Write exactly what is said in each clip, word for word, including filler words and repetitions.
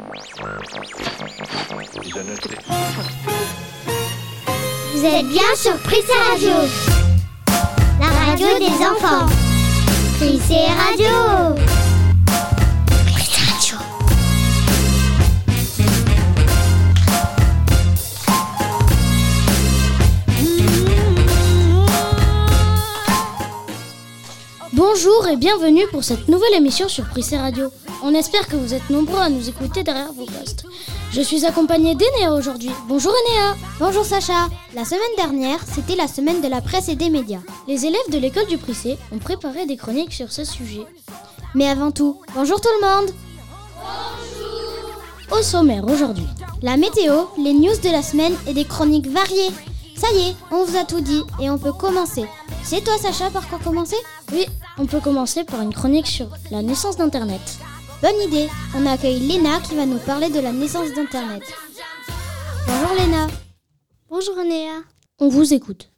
Vous êtes bien sur Prissé Radio, la radio des enfants. Prissé Radio. Prissé Radio. Bonjour et bienvenue pour cette nouvelle émission sur Prissé Radio. On espère que vous êtes nombreux à nous écouter derrière vos postes. Je suis accompagnée d'Enéa aujourd'hui. Bonjour Enéa. Bonjour Sacha. La semaine dernière, c'était la semaine de la presse et des médias. Les élèves de l'école du Prissé ont préparé des chroniques sur ce sujet. Mais avant tout, bonjour tout le monde. Bonjour. Au sommaire aujourd'hui, la météo, les news de la semaine et des chroniques variées. Ça y est, on vous a tout dit et on peut commencer. C'est toi Sacha par quoi commencer ? Oui, on peut commencer par une chronique sur la naissance d'Internet. Bonne idée, on accueille Léna qui va nous parler de la naissance d'Internet. Bonjour Léna. Bonjour Enéa. On vous écoute.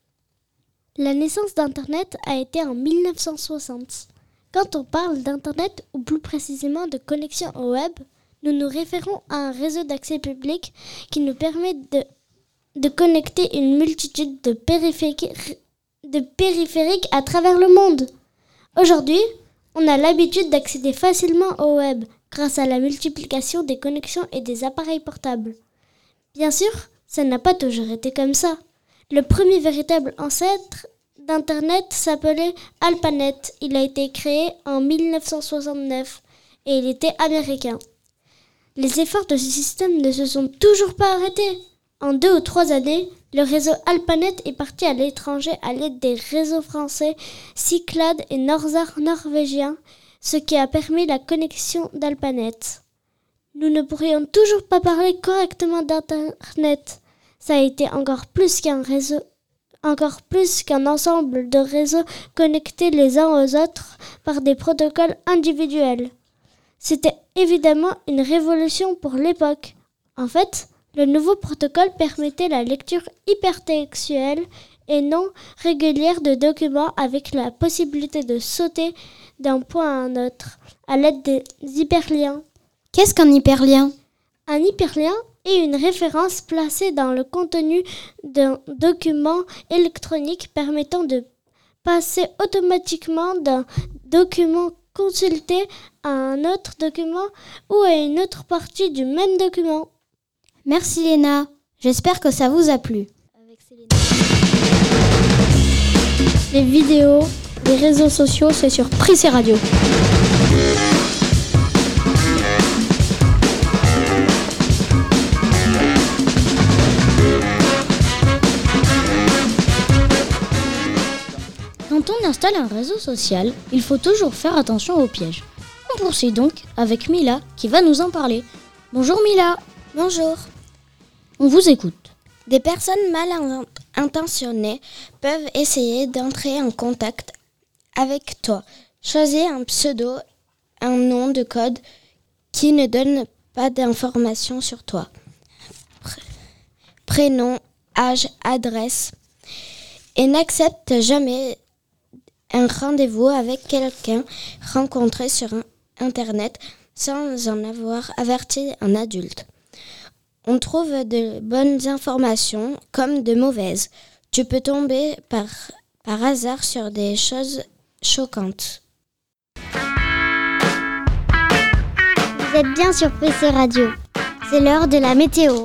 La naissance d'Internet a été en dix-neuf cent soixante. Quand on parle d'Internet, ou plus précisément de connexion au web, nous nous référons à un réseau d'accès public qui nous permet de, de connecter une multitude de périphériques, de périphériques à travers le monde. Aujourd'hui, on a l'habitude d'accéder facilement au web grâce à la multiplication des connexions et des appareils portables. Bien sûr, ça n'a pas toujours été comme ça. Le premier véritable ancêtre d'Internet s'appelait ARPANET. Il a été créé en dix-neuf cent soixante-neuf et il était américain. Les efforts de ce système ne se sont toujours pas arrêtés. En deux ou trois années, le réseau ARPANET est parti à l'étranger à l'aide des réseaux français Cyclade et Northar norvégiens, ce qui a permis la connexion d'ARPANET. Nous ne pourrions toujours pas parler correctement d'Internet. Ça a été encore plus qu'un réseau, encore plus qu'un ensemble de réseaux connectés les uns aux autres par des protocoles individuels. C'était évidemment une révolution pour l'époque. En fait, le nouveau protocole permettait la lecture hypertextuelle et non régulière de documents avec la possibilité de sauter d'un point à un autre à l'aide des hyperliens. Qu'est-ce qu'un hyperlien ? Un hyperlien est une référence placée dans le contenu d'un document électronique permettant de passer automatiquement d'un document consulté à un autre document ou à une autre partie du même document. Merci Léna, j'espère que ça vous a plu. Les vidéos, les réseaux sociaux, c'est sur Prissé Radio. Quand on installe un réseau social, il faut toujours faire attention aux pièges. On poursuit donc avec Mila qui va nous en parler. Bonjour Mila. Bonjour. On vous écoute. Des personnes mal intentionnées peuvent essayer d'entrer en contact avec toi. Choisis un pseudo, un nom de code qui ne donne pas d'informations sur toi. Prénom, âge, adresse. Et n'accepte jamais un rendez-vous avec quelqu'un rencontré sur Internet sans en avoir averti un adulte. On trouve de bonnes informations comme de mauvaises. Tu peux tomber par, par hasard sur des choses choquantes. Vous êtes bien sur Prissé Radio. C'est l'heure de la météo.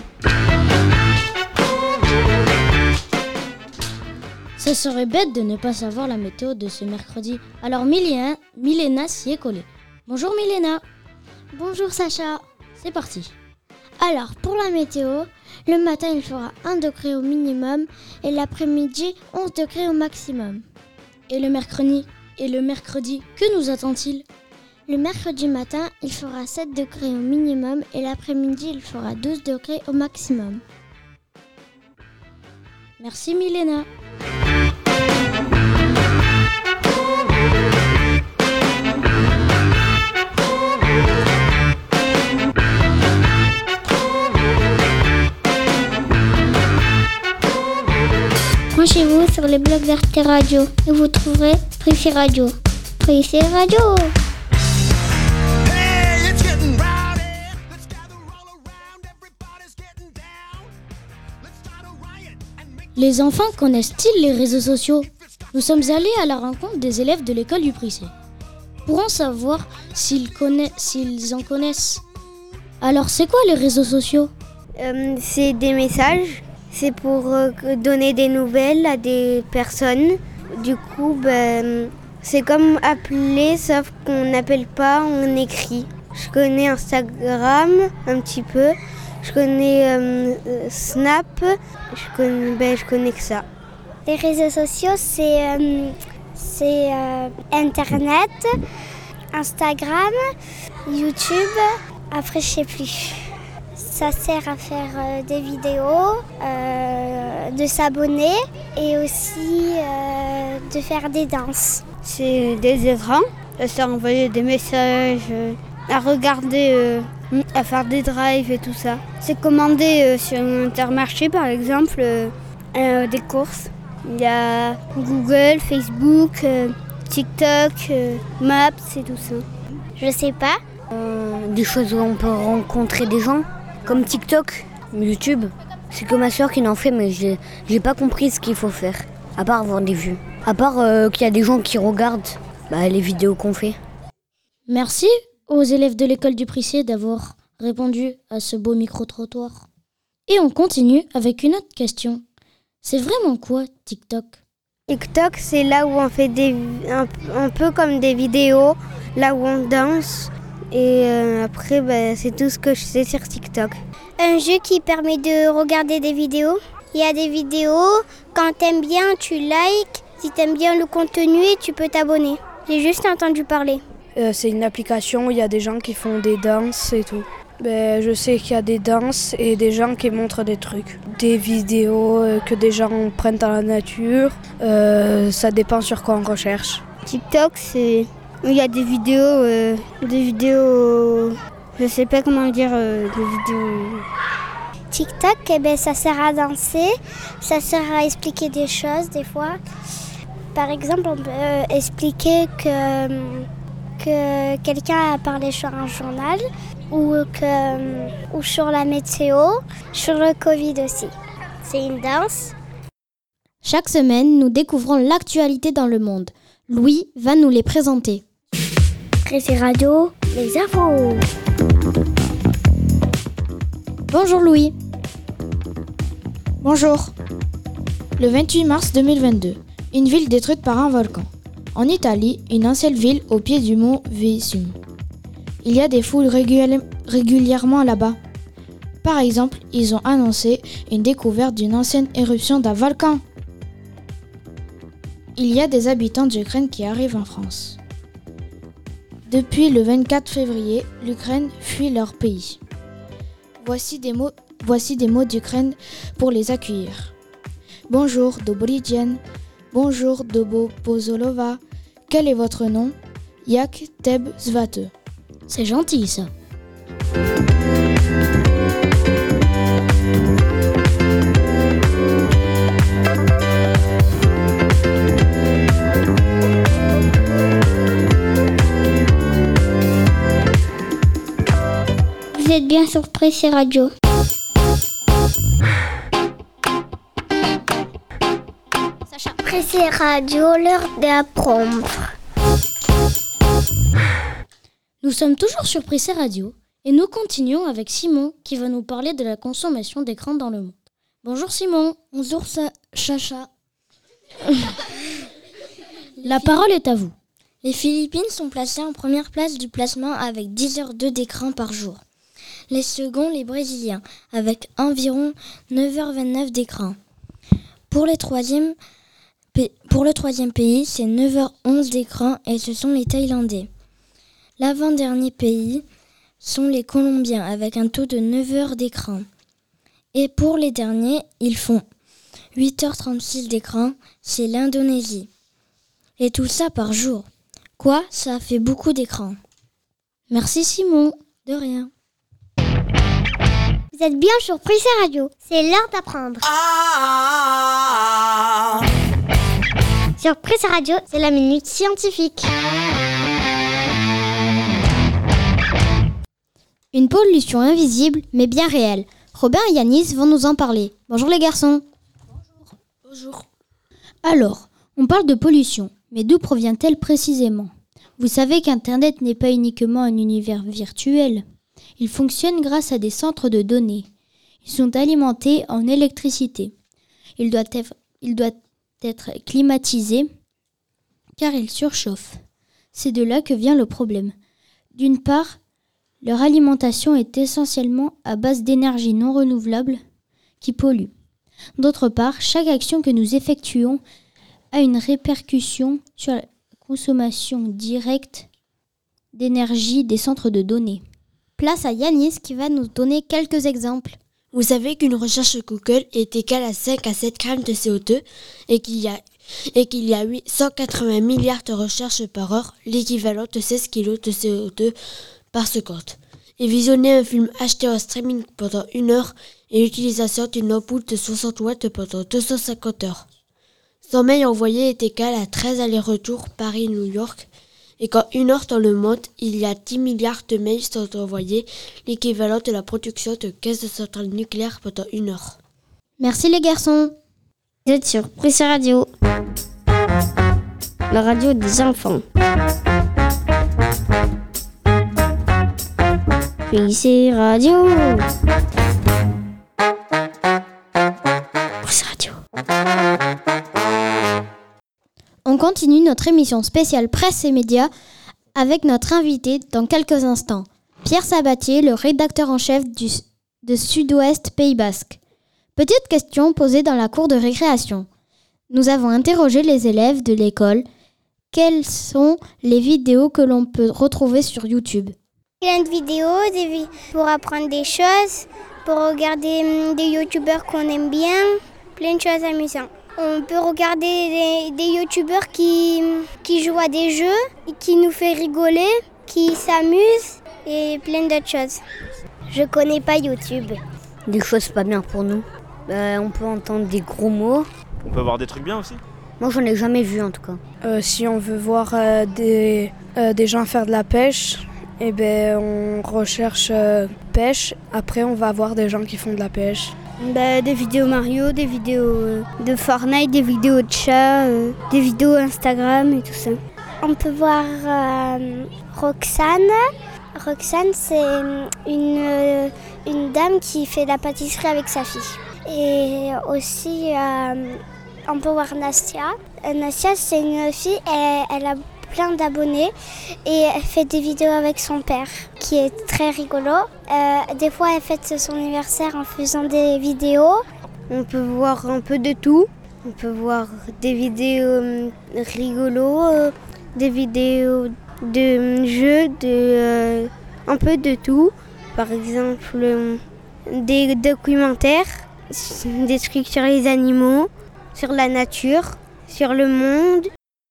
Ce serait bête de ne pas savoir la météo de ce mercredi. Alors Milena, Milena s'y est collée. Bonjour Milena. Bonjour Sacha. C'est parti. Alors, pour la météo, le matin, il fera un degré au minimum et l'après-midi, onze degrés au maximum. Et le mercredi, et le mercredi, que nous attend-il ? Le mercredi matin, il fera sept degrés au minimum et l'après-midi, il fera douze degrés au maximum. Merci Milena. Branchez-vous sur les blogs d'Arte Radio et vous trouverez Prissé Radio. Prissé Radio. Les enfants connaissent-ils les réseaux sociaux ? Nous sommes allés à la rencontre des élèves de l'école du Prissé. Pour en savoir s'ils, conna- s'ils en connaissent. Alors, c'est quoi les réseaux sociaux ? Euh, c'est des messages, c'est pour euh, donner des nouvelles à des personnes. Du coup, ben, c'est comme appeler, sauf qu'on n'appelle pas, on écrit. Je connais Instagram un petit peu, je connais euh, Snap, je connais, ben, je connais que ça. Les réseaux sociaux, c'est, euh, c'est euh, Internet, Instagram, YouTube, après je sais plus. Ça sert à faire euh, des vidéos, euh, de s'abonner et aussi euh, de faire des danses. C'est des écrans, ça sert à envoyer des messages, euh, à regarder, euh, à faire des drives et tout ça. C'est commander euh, sur Intermarché par exemple euh, euh, des courses. Il y a Google, Facebook, euh, TikTok, euh, Maps et tout ça. Je sais pas. Euh, des choses où on peut rencontrer des gens, comme TikTok, YouTube. C'est que ma soeur qui en fait, mais j'ai, j'ai pas compris ce qu'il faut faire, à part avoir des vues. À part euh, qu'il y a des gens qui regardent bah, les vidéos qu'on fait. Merci aux élèves de l'école du Prissé d'avoir répondu à ce beau micro-trottoir. Et on continue avec une autre question. C'est vraiment quoi TikTok ? TikTok, c'est là où on fait des, un, un peu comme des vidéos, là où on danse. Et euh, après, bah, c'est tout ce que je sais sur TikTok. Un jeu qui permet de regarder des vidéos. Il y a des vidéos, quand t'aimes bien, tu likes. Si t'aimes bien le contenu, tu peux t'abonner. J'ai juste entendu parler. Euh, c'est une application où il y a des gens qui font des danses et tout. Ben, je sais qu'il y a des danses et des gens qui montrent des trucs. Des vidéos euh, que des gens prennent dans la nature. Euh, ça dépend sur quoi on recherche. TikTok, c'est... Il y a des vidéos, euh, des vidéos... Je sais pas comment dire, euh, des vidéos... TikTok, eh ben, ça sert à danser, ça sert à expliquer des choses des fois. Par exemple, on peut euh, expliquer que, que quelqu'un a parlé sur un journal ou, que, ou sur la météo, sur le Covid aussi. C'est une danse. Chaque semaine, nous découvrons l'actualité dans le monde. Louis va nous les présenter. Prissé Radio, les infos. Bonjour Louis. Bonjour. Le vingt-huit mars deux mille vingt-deux, une ville détruite par un volcan. En Italie, une ancienne ville au pied du mont Vésuve. Il y a des foules réguli- régulièrement là-bas. Par exemple, ils ont annoncé une découverte d'une ancienne éruption d'un volcan. Il y a des habitants d'Ukraine qui arrivent en France. Depuis le vingt-quatre février, l'Ukraine fuit leur pays. Voici des mots, voici des mots d'Ukraine pour les accueillir. Bonjour, dobry dzień. Bonjour, dobo pozolova. Quel est votre nom ? Jak teb zvate. C'est gentil ça. Vous êtes bien sur Prissé Radio. Prissé Radio, l'heure d'apprendre. Nous sommes toujours sur Prissé Radio et nous continuons avec Simon qui va nous parler de la consommation d'écran dans le monde. Bonjour Simon. Bonjour Chacha. La parole est à vous. Les Philippines sont placées en première place du classement avec dix heures deux d'écran par jour. Les seconds, les Brésiliens, avec environ neuf heures vingt-neuf d'écran. Pour, les troisième, pour le troisième pays, c'est neuf heures onze d'écran et ce sont les Thaïlandais. L'avant-dernier pays sont les Colombiens avec un taux de neuf heures d'écran. Et pour les derniers, ils font huit heures trente-six d'écran, c'est l'Indonésie. Et tout ça par jour. Quoi, ça fait beaucoup d'écran. Merci Simon. De rien. Vous êtes bien sur Prissé Radio. C'est l'heure d'apprendre. Ah. Sur Prissé Radio, c'est la minute scientifique. Une pollution invisible mais bien réelle. Robin et Yanis vont nous en parler. Bonjour les garçons. Bonjour. Alors, on parle de pollution, mais d'où provient-elle précisément ? Vous savez qu'Internet n'est pas uniquement un univers virtuel. Il fonctionne grâce à des centres de données. Ils sont alimentés en électricité. Il doit être, il doit être climatisé car il surchauffe. C'est de là que vient le problème. D'une part, leur alimentation est essentiellement à base d'énergie non renouvelable qui pollue. D'autre part, chaque action que nous effectuons a une répercussion sur la consommation directe d'énergie des centres de données. Place à Yanis qui va nous donner quelques exemples. Vous savez qu'une recherche Google est égale à cinq à sept grammes de C O deux et qu'il y a, et qu'il y a cent quatre-vingts milliards de recherches par heure, l'équivalent de seize kilos de C O deux par seconde. Et visionner un film acheté en streaming pendant une heure et l'utilisation d'une ampoule de soixante watts pendant deux cent cinquante heures. cent mails envoyés est égal à treize allers-retours Paris-New York. Et qu'en une heure dans le monde, il y a dix milliards de mails sont envoyés, l'équivalent de la production de quinze centrales nucléaires pendant une heure. Merci les garçons. Vous êtes sur Prissé Radio, la radio des enfants. Prissé Radio. Prissé Radio. On continue notre émission spéciale Presse et Médias avec notre invité dans quelques instants, Pierre Sabatier, le rédacteur en chef du, de Sud-Ouest Pays Basque. Petite question posée dans la cour de récréation. Nous avons interrogé les élèves de l'école. Quelles sont les vidéos que l'on peut retrouver sur YouTube ? Plein de vidéos des vi- pour apprendre des choses, pour regarder hum, des youtubeurs qu'on aime bien, plein de choses amusantes. On peut regarder des, des youtubeurs qui, qui jouent à des jeux, qui nous fait rigoler, qui s'amusent et plein d'autres choses. Je connais pas YouTube. Des choses pas bien pour nous. Euh, on peut entendre des gros mots. On peut voir des trucs bien aussi. Moi, j'en ai jamais vu en tout cas. Euh, si on veut voir euh, des, euh, des gens faire de la pêche, eh ben, on recherche euh, pêche. Après, on va voir des gens qui font de la pêche. Bah, des vidéos Mario, des vidéos euh, de Fortnite, des vidéos de chat, euh, des vidéos Instagram et tout ça. On peut voir euh, Roxane. Roxane, c'est une, euh, une dame qui fait de la pâtisserie avec sa fille. Et aussi, euh, on peut voir Nastia. Euh, Nastia, c'est une fille, elle, elle a plein d'abonnés et elle fait des vidéos avec son père qui est très rigolo. Euh, des fois, elle fête son anniversaire en faisant des vidéos. On peut voir un peu de tout. On peut voir des vidéos euh, rigolos, euh, des vidéos de jeux, de, euh, un peu de tout. Par exemple, euh, des documentaires, des trucs sur les animaux, sur la nature, sur le monde.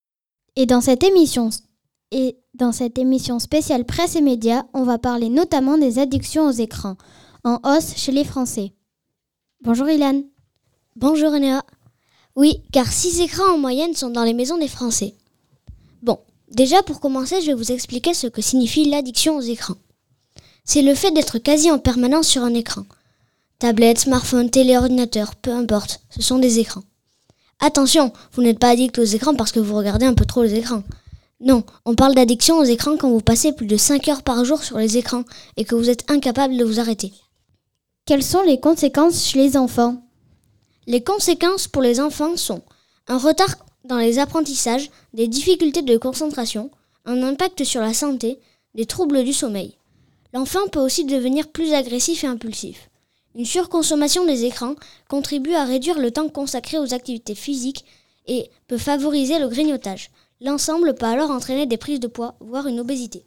Et dans cette émission, et dans cette émission spéciale Presse et Médias, on va parler notamment des addictions aux écrans, en hausse chez les Français. Bonjour Ilan. Bonjour Néa. Oui, car six écrans en moyenne sont dans les maisons des Français. Bon, déjà pour commencer, je vais vous expliquer ce que signifie l'addiction aux écrans. C'est le fait d'être quasi en permanence sur un écran. Tablette, smartphone, télé, ordinateur, peu importe, ce sont des écrans. Attention, vous n'êtes pas addict aux écrans parce que vous regardez un peu trop les écrans. Non, on parle d'addiction aux écrans quand vous passez plus de cinq heures par jour sur les écrans et que vous êtes incapable de vous arrêter. Quelles sont les conséquences chez les enfants ? Les conséquences pour les enfants sont un retard dans les apprentissages, des difficultés de concentration, un impact sur la santé, des troubles du sommeil. L'enfant peut aussi devenir plus agressif et impulsif. Une surconsommation des écrans contribue à réduire le temps consacré aux activités physiques et peut favoriser le grignotage. L'ensemble peut alors entraîner des prises de poids, voire une obésité.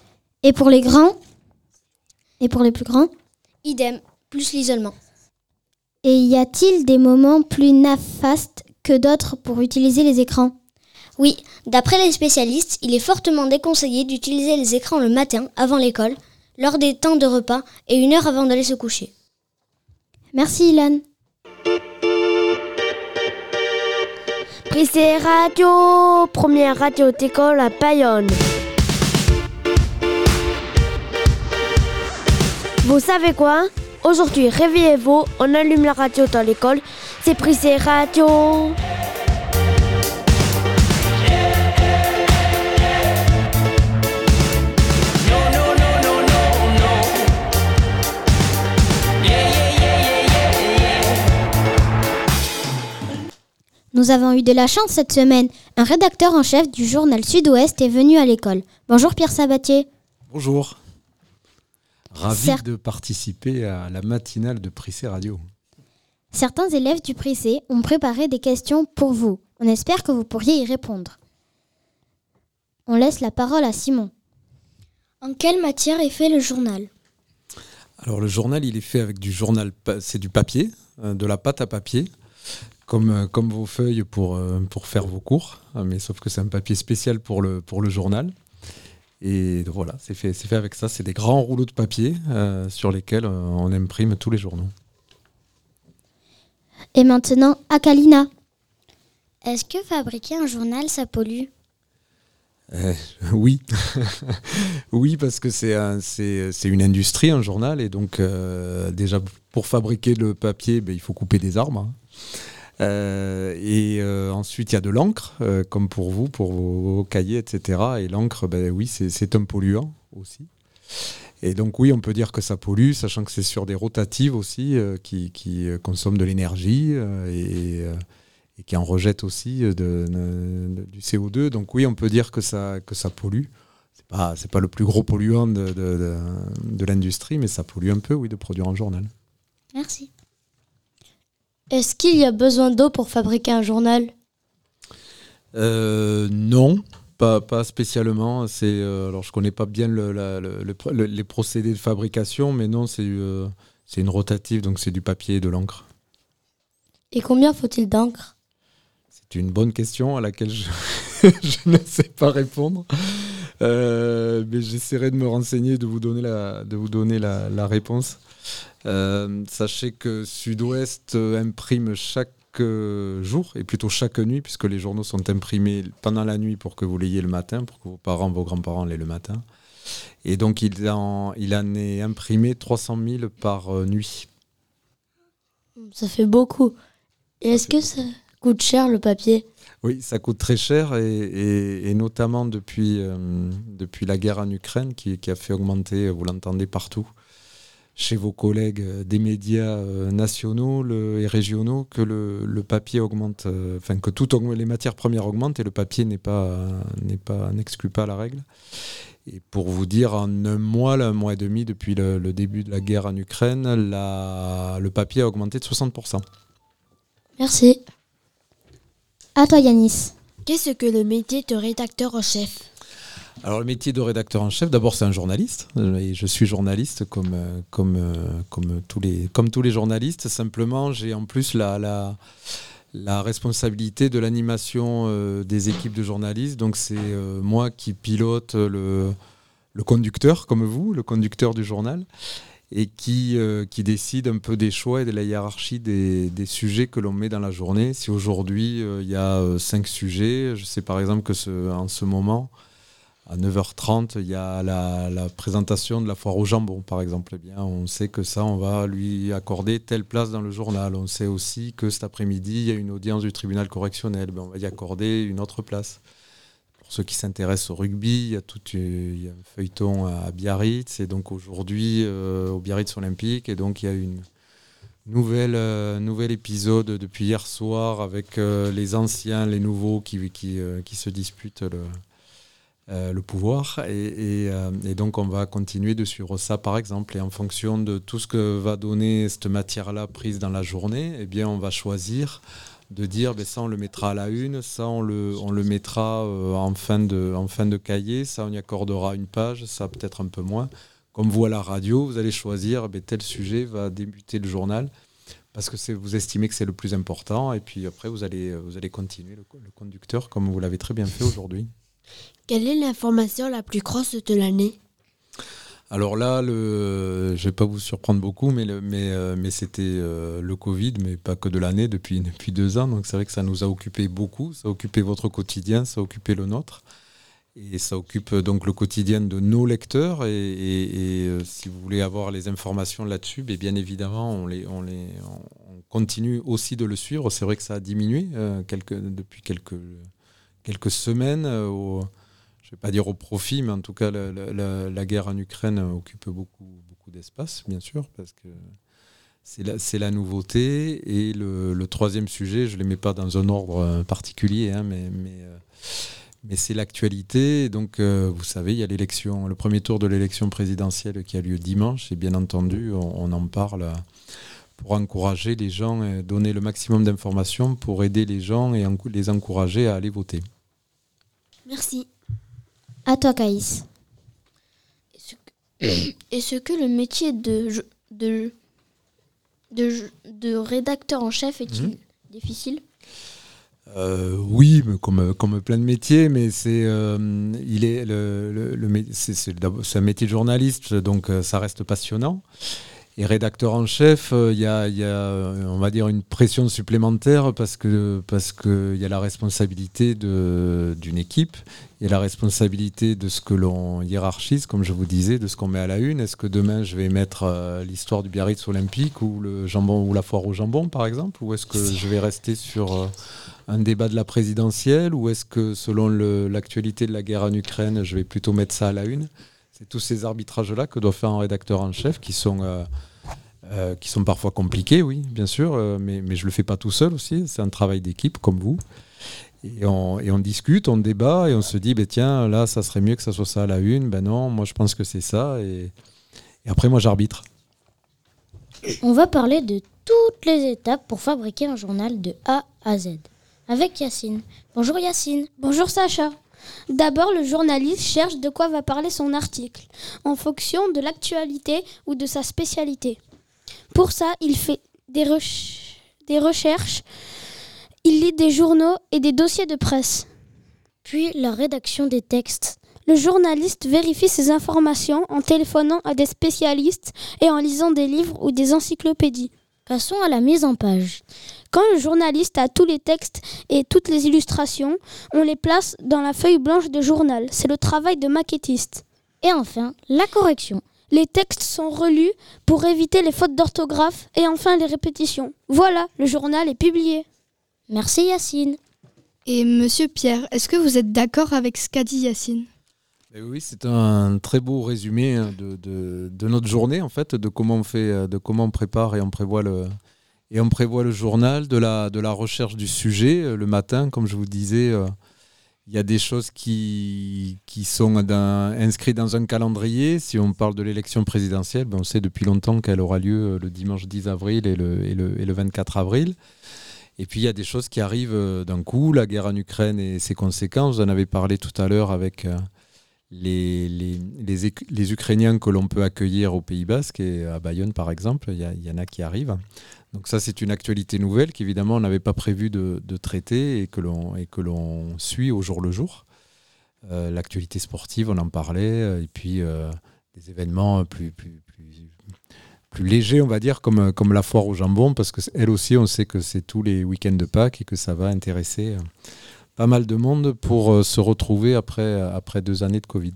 Et pour les grands ? Et pour les plus grands ? Idem, plus l'isolement. Et y a-t-il des moments plus néfastes que d'autres pour utiliser les écrans ? Oui, d'après les spécialistes, il est fortement déconseillé d'utiliser les écrans le matin, avant l'école, lors des temps de repas et une heure avant d'aller se coucher. Merci Ilan. Prissé Radio, première radio d'école à Bayonne. Vous savez quoi ? Aujourd'hui, réveillez-vous, on allume la radio dans l'école. C'est Prissé Radio. Nous avons eu de la chance cette semaine. Un rédacteur en chef du journal Sud-Ouest est venu à l'école. Bonjour Pierre Sabatier. Bonjour. Ravi Certes. de participer à la matinale de Prissé Radio. Certains élèves du Prissé ont préparé des questions pour vous. On espère que vous pourriez y répondre. On laisse la parole à Simon. En quelle matière est fait le journal ? Alors le journal, il est fait avec du journal, c'est du papier, de la pâte à papier, comme, comme vos feuilles pour, pour faire vos cours, mais sauf que c'est un papier spécial pour le, pour le journal. Et voilà, c'est fait, c'est fait avec ça. C'est des grands rouleaux de papier euh, sur lesquels on imprime tous les journaux. Et maintenant, Akalina. Est-ce que fabriquer un journal, ça pollue ? Euh, oui, oui, parce que c'est, un, c'est, c'est une industrie, un journal, et donc euh, déjà pour fabriquer le papier, ben, il faut couper des arbres. Hein. Euh, et euh, ensuite il y a de l'encre, euh, comme pour vous, pour vos, vos cahiers, et cetera. Et l'encre, ben oui, c'est, c'est un polluant aussi. Et donc oui, on peut dire que ça pollue, sachant que c'est sur des rotatives aussi euh, qui, qui consomment de l'énergie euh, et, euh, et qui en rejettent aussi de, de, de, du C O deux. Donc oui, on peut dire que ça, que ça pollue. C'est pas, c'est pas le plus gros polluant de, de, de, de l'industrie, mais ça pollue un peu, oui, de produire un journal. Merci. Est-ce qu'il y a besoin d'eau pour fabriquer un journal ? euh, Non, pas, pas spécialement. C'est, euh, alors je ne connais pas bien le, la, le, le, les procédés de fabrication, mais non, c'est, euh, c'est une rotative, donc c'est du papier et de l'encre. Et combien faut-il d'encre ? C'est une bonne question à laquelle je, je ne sais pas répondre. Euh, mais j'essaierai de me renseigner, de vous donner la, de vous donner la, la réponse. Euh, sachez que Sud-Ouest imprime chaque euh, jour, et plutôt chaque nuit, puisque les journaux sont imprimés pendant la nuit pour que vous l'ayez le matin, pour que vos parents, vos grands-parents l'aient le matin. Et donc il en, il en est imprimé trois cent mille par euh, nuit. Ça fait beaucoup. Et est-ce que ça coûte cher le papier ? Oui, ça coûte très cher, et, et, et notamment depuis, euh, depuis la guerre en Ukraine qui, qui a fait augmenter, vous l'entendez partout, chez vos collègues des médias nationaux le, et régionaux, que le, le papier augmente, euh, enfin que toutes les matières premières augmentent et le papier n'est pas, n'est pas, n'exclut pas la règle. Et pour vous dire, en un mois, là, un mois et demi, depuis le, le début de la guerre en Ukraine, la, le papier a augmenté de soixante pour cent. Merci. À toi Yanis. Qu'est-ce que le métier de rédacteur en chef ? Alors le métier de rédacteur en chef, d'abord c'est un journaliste, et je suis journaliste comme, comme, comme, tous, les, comme tous les journalistes. Simplement j'ai en plus la, la, la responsabilité de l'animation euh, des équipes de journalistes, donc c'est euh, moi qui pilote le, le conducteur comme vous, le conducteur du journal, et qui, euh, qui décide un peu des choix et de la hiérarchie des, des sujets que l'on met dans la journée. Si aujourd'hui il euh, y a euh, cinq sujets, je sais par exemple que ce, en ce moment, à neuf heures trente, il y a la, la présentation de la foire au jambon, par exemple. Eh bien, on sait que ça, on va lui accorder telle place dans le journal. On sait aussi que cet après-midi, il y a une audience du tribunal correctionnel. Ben, on va y accorder une autre place. Pour ceux qui s'intéressent au rugby, il y a, tout, il y a un feuilleton à Biarritz. Et donc aujourd'hui, euh, au Biarritz Olympique. Et donc, il y a une nouvelle, euh, nouvel épisode depuis hier soir avec euh, les anciens, les nouveaux qui, qui, euh, qui se disputent le... Euh, le pouvoir et, et, euh, et donc on va continuer de suivre ça par exemple, et en fonction de tout ce que va donner cette matière-là prise dans la journée, eh bien on va choisir de dire ben, ça on le mettra à la une, ça on le, on le mettra euh, en, fin de, en fin de cahier, ça on y accordera une page, ça peut-être un peu moins. Comme vous à la radio, vous allez choisir ben, tel sujet va débuter le journal parce que c'est, vous estimez que c'est le plus important, et puis après vous allez, vous allez continuer le, le conducteur comme vous l'avez très bien fait aujourd'hui. Quelle est l'information la plus grosse de l'année ? Alors là, le, je ne vais pas vous surprendre beaucoup, mais, le, mais, euh, mais c'était euh, le Covid, mais pas que de l'année, depuis, depuis deux ans. Donc c'est vrai que ça nous a occupé beaucoup, ça a occupé votre quotidien, ça a occupé le nôtre. Et ça occupe donc le quotidien de nos lecteurs. Et, et, et euh, si vous voulez avoir les informations là-dessus, bien, bien évidemment, on, les, on, les, on continue aussi de le suivre. C'est vrai que ça a diminué euh, quelques, depuis quelques, quelques semaines. Euh, au, je ne vais pas dire au profit, mais en tout cas, la, la, la guerre en Ukraine occupe beaucoup, beaucoup d'espace, bien sûr, parce que c'est la, c'est la nouveauté. Et le, le troisième sujet, je ne les mets pas dans un ordre particulier, hein, mais... mais euh, Mais c'est l'actualité. Donc, euh, vous savez, il y a l'élection, le premier tour de l'élection présidentielle qui a lieu dimanche. Et bien entendu, on, on en parle pour encourager les gens, et donner le maximum d'informations pour aider les gens et en, les encourager à aller voter. Merci. À toi, Caïs. Est-ce que, est-ce que le métier de, de, de, de rédacteur en chef est-il mmh. difficile ? Euh, oui, mais comme, comme plein de métiers, mais c'est, euh, il est, le, le, le, c'est, c'est, c'est un métier de journaliste, donc euh, ça reste passionnant. Et rédacteur en chef, il euh, y, a, y a, on va dire, une pression supplémentaire parce que parce que y a la responsabilité de, d'une équipe, il y a la responsabilité de ce que l'on hiérarchise, comme je vous disais, de ce qu'on met à la une. Est-ce que demain je vais mettre euh, l'histoire du Biarritz Olympique ou le jambon ou la foire au jambon, par exemple, ou est-ce que je vais rester sur euh, un débat de la présidentielle, ou est-ce que selon le, l'actualité de la guerre en Ukraine, je vais plutôt mettre ça à la une? C'est tous ces arbitrages-là que doit faire un rédacteur en chef qui sont, euh, euh, qui sont parfois compliqués, oui, bien sûr, euh, mais, mais je ne le fais pas tout seul aussi. C'est un travail d'équipe, comme vous. Et on, et on discute, on débat, et on se dit, ben, tiens, là, ça serait mieux que ça soit ça à la une. Ben non, moi, je pense que c'est ça. Et, et après, moi, j'arbitre. On va parler de toutes les étapes pour fabriquer un journal de A à Z. Avec Yacine. Bonjour Yacine. Bonjour Sacha. D'abord, le journaliste cherche de quoi va parler son article, en fonction de l'actualité ou de sa spécialité. Pour ça, il fait des, re- des recherches, il lit des journaux et des dossiers de presse. Puis la rédaction des textes. Le journaliste vérifie ces informations en téléphonant à des spécialistes et en lisant des livres ou des encyclopédies. Passons à la mise en page. Quand le journaliste a tous les textes et toutes les illustrations, on les place dans la feuille blanche de journal. C'est le travail de maquettiste. Et enfin, la correction. Les textes sont relus pour éviter les fautes d'orthographe et enfin les répétitions. Voilà, le journal est publié. Merci Yacine. Et Monsieur Pierre, est-ce que vous êtes d'accord avec ce qu'a dit Yacine ? Et oui, c'est un très beau résumé de, de, de notre journée, en fait, de comment on fait, de comment on prépare et on prévoit le, et on prévoit le journal, de la, de la recherche du sujet. Le matin, comme je vous disais, euh, il y a des choses qui, qui sont dans, inscrites dans un calendrier. Si on parle de l'élection présidentielle, ben on sait depuis longtemps qu'elle aura lieu le dimanche dix avril et le, et le, et le vingt-quatre avril. Et puis il y a des choses qui arrivent d'un coup, la guerre en Ukraine et ses conséquences. Vous en avez parlé tout à l'heure avec... Euh, Les, les, les, les Ukrainiens que l'on peut accueillir au Pays Basque et à Bayonne par exemple, il y, y en a qui arrivent. Donc ça c'est une actualité nouvelle qu'évidemment on n'avait pas prévu de, de traiter et que l'on, et que l'on suit au jour le jour. Euh, l'actualité sportive, on en parlait, et puis euh, des événements plus, plus, plus, plus légers on va dire, comme, comme la foire au jambon, parce qu'elle aussi on sait que c'est tous les week-ends de Pâques et que ça va intéresser... pas mal de monde pour euh, se retrouver après, après deux années de Covid.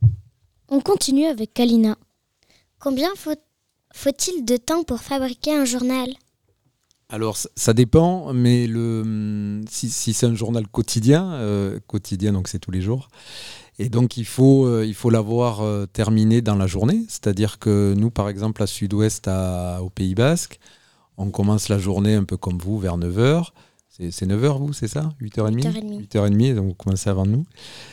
On continue avec Kalina. Combien faut, faut-il de temps pour fabriquer un journal ? Alors, ça dépend, mais le, si, si c'est un journal quotidien, euh, quotidien, donc c'est tous les jours, et donc il faut, euh, il faut l'avoir euh, terminé dans la journée. C'est-à-dire que nous, par exemple, à Sud-Ouest, à, au Pays Basque, on commence la journée un peu comme vous, vers neuf heures. C'est, c'est neuf heures, vous, c'est ça ? huit heures trente ? huit heures trente, donc vous commencez avant nous.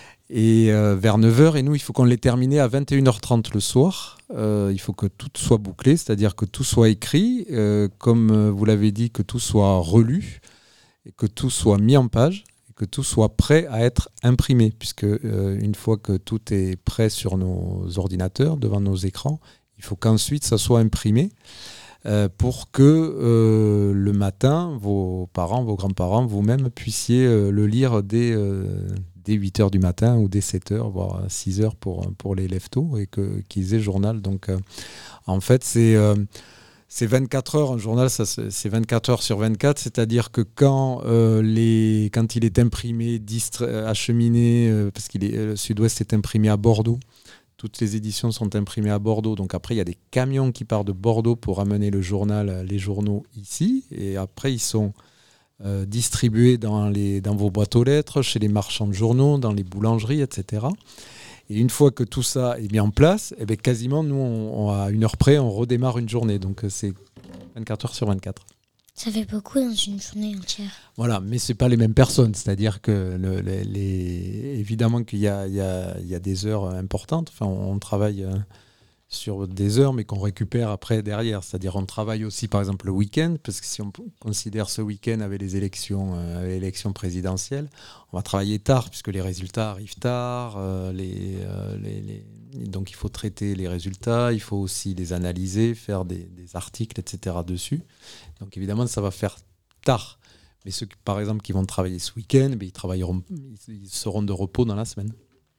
Et euh, vers neuf heures, et nous, il faut qu'on l'ait terminé à vingt et une heures trente le soir. Euh, il faut que tout soit bouclé, c'est-à-dire que tout soit écrit, euh, comme vous l'avez dit, que tout soit relu, et que tout soit mis en page, et que tout soit prêt à être imprimé, puisque euh, une fois que tout est prêt sur nos ordinateurs, devant nos écrans, il faut qu'ensuite ça soit imprimé. Euh, pour que euh, le matin, vos parents, vos grands-parents, vous-même puissiez euh, le lire dès, euh, dès huit heures du matin ou dès sept heures, voire six heures pour, pour les lève-tôt, et que, qu'ils aient le journal. Donc, euh, en fait, c'est, euh, C'est vingt-quatre heures, un journal, ça, c'est vingt-quatre heures sur vingt-quatre, c'est-à-dire que quand, euh, les, quand il est imprimé, distra- acheminé, euh, parce que le Sud-Ouest est imprimé à Bordeaux, toutes les éditions sont imprimées à Bordeaux, donc après il y a des camions qui partent de Bordeaux pour amener le journal, les journaux ici, et après ils sont euh, distribués dans, les, dans vos boîtes aux lettres, chez les marchands de journaux, dans les boulangeries, et cetera. Et une fois que tout ça est mis en place, eh bien, quasiment, nous, on, on, à une heure près, on redémarre une journée. Donc, c'est vingt-quatre heures sur vingt-quatre. Ça fait beaucoup dans une journée entière. Voilà, mais ce n'est pas les mêmes personnes. C'est-à-dire que, le, les, les, évidemment qu'il y a, il y a, il y a des heures importantes. Enfin, on, on travaille euh, sur des heures, mais qu'on récupère après derrière. C'est-à-dire on travaille aussi, par exemple, le week-end, parce que si on considère ce week-end avec les élections, euh, avec l'élection présidentielle, on va travailler tard, puisque les résultats arrivent tard. Euh, les, euh, les, les... Donc il faut traiter les résultats, il faut aussi les analyser, faire des, des articles, et cetera dessus. Donc évidemment, ça va faire tard. Mais ceux, qui, par exemple, qui vont travailler ce week-end, ben, ils, travailleront, ils seront de repos dans la semaine.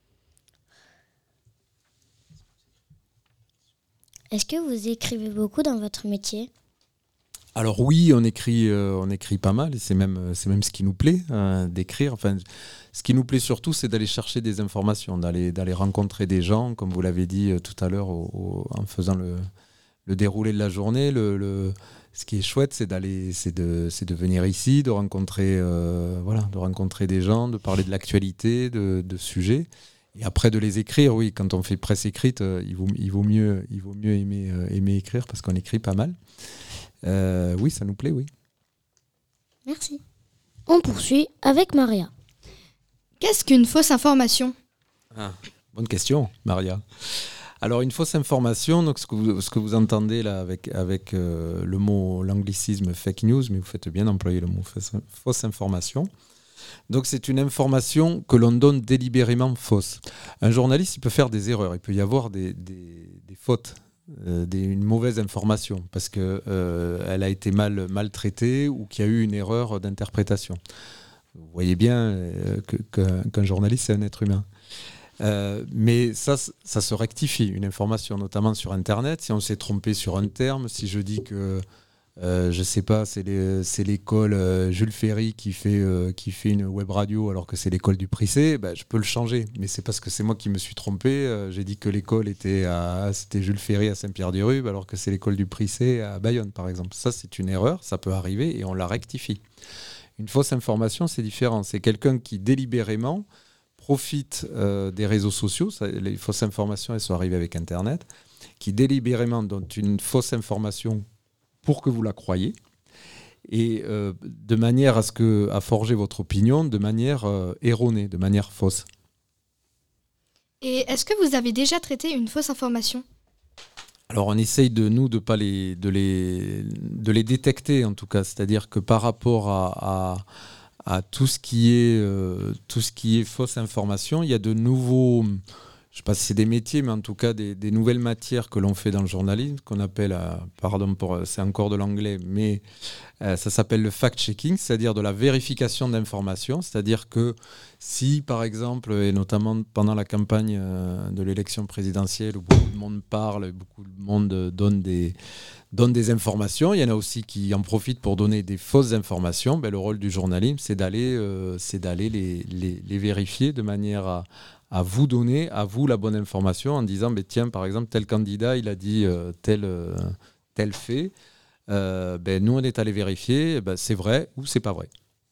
Est-ce que vous écrivez beaucoup dans votre métier ? Alors oui, on écrit, euh, on écrit pas mal, et c'est même, c'est même ce qui nous plaît, euh, d'écrire. Enfin, ce qui nous plaît surtout, c'est d'aller chercher des informations, d'aller, d'aller rencontrer des gens, comme vous l'avez dit euh, tout à l'heure au, au, en faisant le, le déroulé de la journée. Le, le, ce qui est chouette, c'est, d'aller, c'est, de, c'est de venir ici, de rencontrer, euh, voilà, de rencontrer des gens, de parler de l'actualité, de, de sujets. Et après de les écrire, oui, quand on fait presse écrite, euh, il, vaut, il, vaut mieux, il vaut mieux aimer, euh, aimer écrire parce qu'on écrit pas mal. Euh, oui, ça nous plaît, oui. Merci. On poursuit avec Maria. Qu'est-ce qu'une fausse information ? Ah, bonne question, Maria. Alors, une fausse information, donc ce que vous, ce que vous entendez là avec, avec euh, le mot, l'anglicisme fake news, mais vous faites bien d'employer le mot fausse, fausse information. Donc c'est une information que l'on donne délibérément fausse. Un journaliste, il peut faire des erreurs, il peut y avoir des, des, des fautes, euh, des, une mauvaise information, parce qu'elle euh, a été mal, mal traitée ou qu'il y a eu une erreur d'interprétation. Vous voyez bien euh, que, que, qu'un journaliste, c'est un être humain. Euh, mais ça, ça se rectifie, une information, notamment sur Internet. Si on s'est trompé sur un terme, si je dis que... Euh, je sais pas, c'est, les, c'est l'école euh, Jules Ferry qui fait, euh, qui fait une web radio alors que c'est l'école du Prissé, bah, je peux le changer. Mais c'est parce que c'est moi qui me suis trompé. Euh, j'ai dit que l'école était à, c'était Jules Ferry à Saint-Pierre-du-Rube alors que c'est l'école du Prissé à Bayonne, par exemple. Ça, c'est une erreur, ça peut arriver et on la rectifie. Une fausse information, c'est différent. C'est quelqu'un qui délibérément profite euh, des réseaux sociaux. Ça, les fausses informations, elles sont arrivées avec Internet, qui délibérément donnent une fausse information pour que vous la croyiez, et euh, de manière à, ce que, à forger votre opinion de manière euh, erronée, de manière fausse. Et est-ce que vous avez déjà traité une fausse information ? Alors on essaye de nous de pas les, de les, de les détecter en tout cas, c'est-à-dire que par rapport à, à, à tout ce qui est, euh, tout ce qui est fausse information, il y a de nouveaux... Je ne sais pas si c'est des métiers, mais en tout cas des, des nouvelles matières que l'on fait dans le journalisme, qu'on appelle, euh, pardon, pour, c'est encore de l'anglais, mais euh, ça s'appelle le fact-checking, c'est-à-dire de la vérification d'informations. C'est-à-dire que si, par exemple, et notamment pendant la campagne euh, de l'élection présidentielle, où beaucoup de monde parle, beaucoup de monde donne des, donne des informations, il y en a aussi qui en profitent pour donner des fausses informations, ben, le rôle du journalisme, c'est d'aller, euh, c'est d'aller les, les, les vérifier de manière à... à vous donner, à vous, la bonne information en disant, bah, tiens, par exemple, tel candidat, il a dit euh, tel, euh, tel fait. Euh, ben, nous, on est allé vérifier, ben, c'est vrai ou c'est pas vrai.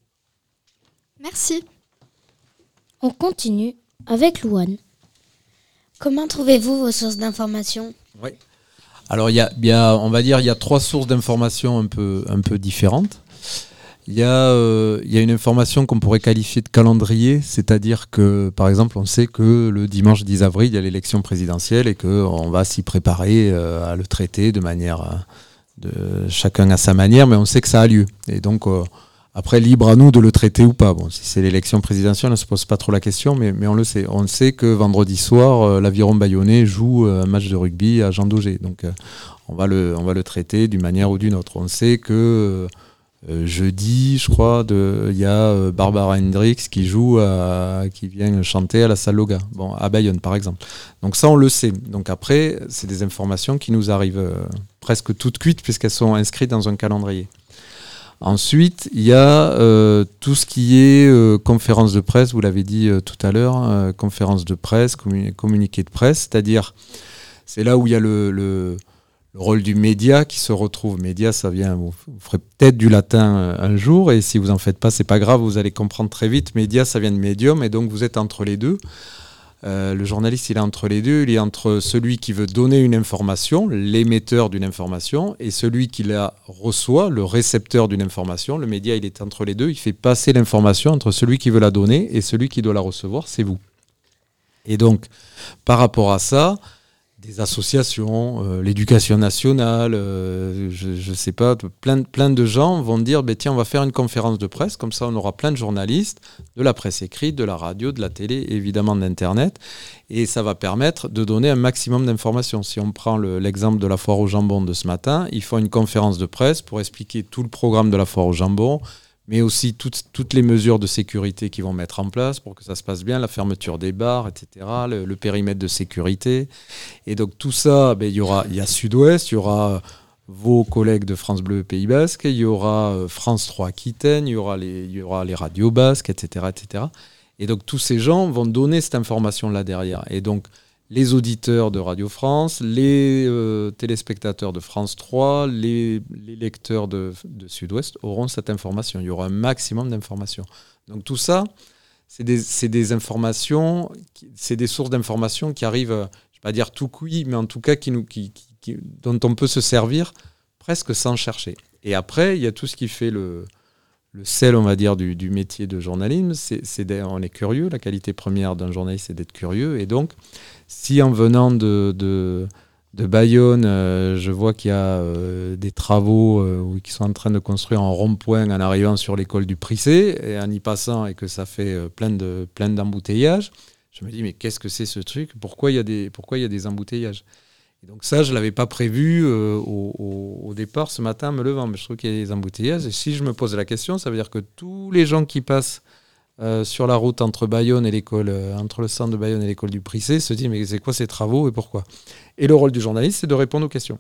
Merci. On continue avec Louane. Comment trouvez-vous vos sources d'information ? Oui. Alors, il y a, y a, on va dire, il y a trois sources d'information un peu, un peu différentes. Il y, a, euh, il y a une information qu'on pourrait qualifier de calendrier, c'est-à-dire que, par exemple, on sait que le dimanche dix avril, il y a l'élection présidentielle et qu'on va s'y préparer euh, à le traiter de manière, euh, de, chacun à sa manière, mais on sait que ça a lieu. Et donc, euh, après, libre à nous de le traiter ou pas. Bon, si c'est l'élection présidentielle, on ne se pose pas trop la question, mais, mais on le sait. On sait que vendredi soir, euh, l'Aviron Bayonnais joue un match de rugby à Jean Daugé. Donc, euh, on va le, on va le traiter d'une manière ou d'une autre. On sait que... Euh, Euh, jeudi, je crois, il y a euh, Barbara Hendricks qui joue, à, qui vient chanter à la salle Loga, bon, à Bayonne par exemple. Donc ça, on le sait. Donc après, c'est des informations qui nous arrivent, euh, presque toutes cuites puisqu'elles sont inscrites dans un calendrier. Ensuite, il y a euh, tout ce qui est euh, conférence de presse, vous l'avez dit euh, tout à l'heure, euh, conférence de presse, communi- communiqué de presse, c'est-à-dire c'est là où il y a le, le, le rôle du média qui se retrouve. Média, ça vient, vous, vous ferez peut-être du latin euh, un jour, et si vous en faites pas, c'est pas grave, vous allez comprendre très vite. Média, ça vient de médium, et donc vous êtes entre les deux. Euh, le journaliste, il est entre les deux. Il est entre celui qui veut donner une information, l'émetteur d'une information, et celui qui la reçoit, le récepteur d'une information. Le média, il est entre les deux. Il fait passer l'information entre celui qui veut la donner et celui qui doit la recevoir, c'est vous. Et donc, par rapport à ça, des associations, euh, l'éducation nationale, euh, je ne sais pas, plein, plein de gens vont dire bah, tiens, on va faire une conférence de presse, comme ça on aura plein de journalistes, de la presse écrite, de la radio, de la télé, évidemment de l'Internet, et ça va permettre de donner un maximum d'informations. Si on prend le, l'exemple de la foire au jambon de ce matin, ils font une conférence de presse pour expliquer tout le programme de la foire au jambon, mais aussi toutes, toutes les mesures de sécurité qu'ils vont mettre en place pour que ça se passe bien, la fermeture des bars, et cetera, le, le périmètre de sécurité. Et donc tout ça, ben, il y aura, il y a Sud-Ouest, il y aura vos collègues de France Bleu Pays Basque, il y aura France trois Aquitaine, il y aura les, il y aura les radios basques, et cetera, et cetera. Et donc tous ces gens vont donner cette information-là derrière. Et donc les auditeurs de Radio France, les euh, téléspectateurs de France trois, les, les lecteurs de, de Sud-Ouest auront cette information. Il y aura un maximum d'informations. Donc tout ça, c'est des, c'est des informations, c'est des sources d'informations qui arrivent, je ne vais pas dire tout cuit, mais en tout cas qui nous, qui, qui, qui, dont on peut se servir presque sans chercher. Et après, il y a tout ce qui fait le, le sel, on va dire, du, du métier de journalisme. C'est, c'est on est curieux. La qualité première d'un journaliste, c'est d'être curieux. Et donc, si en venant de, de, de Bayonne, euh, je vois qu'il y a euh, des travaux euh, qui sont en train de construire un rond-point en arrivant sur l'école du Prissé, et en y passant, et que ça fait euh, plein, de, plein d'embouteillages, je me dis, mais qu'est-ce que c'est ce truc ? Pourquoi il y a des, pourquoi il y a des embouteillages ? Et donc ça, je ne l'avais pas prévu euh, au, au, au départ ce matin en me levant, mais je trouve qu'il y a des embouteillages. Et si je me pose la question, ça veut dire que tous les gens qui passent Euh, sur la route entre Bayonne et l'école, euh, entre le centre de Bayonne et l'école du Prissé, se dit mais c'est quoi ces travaux et pourquoi ? Et le rôle du journaliste, c'est de répondre aux questions.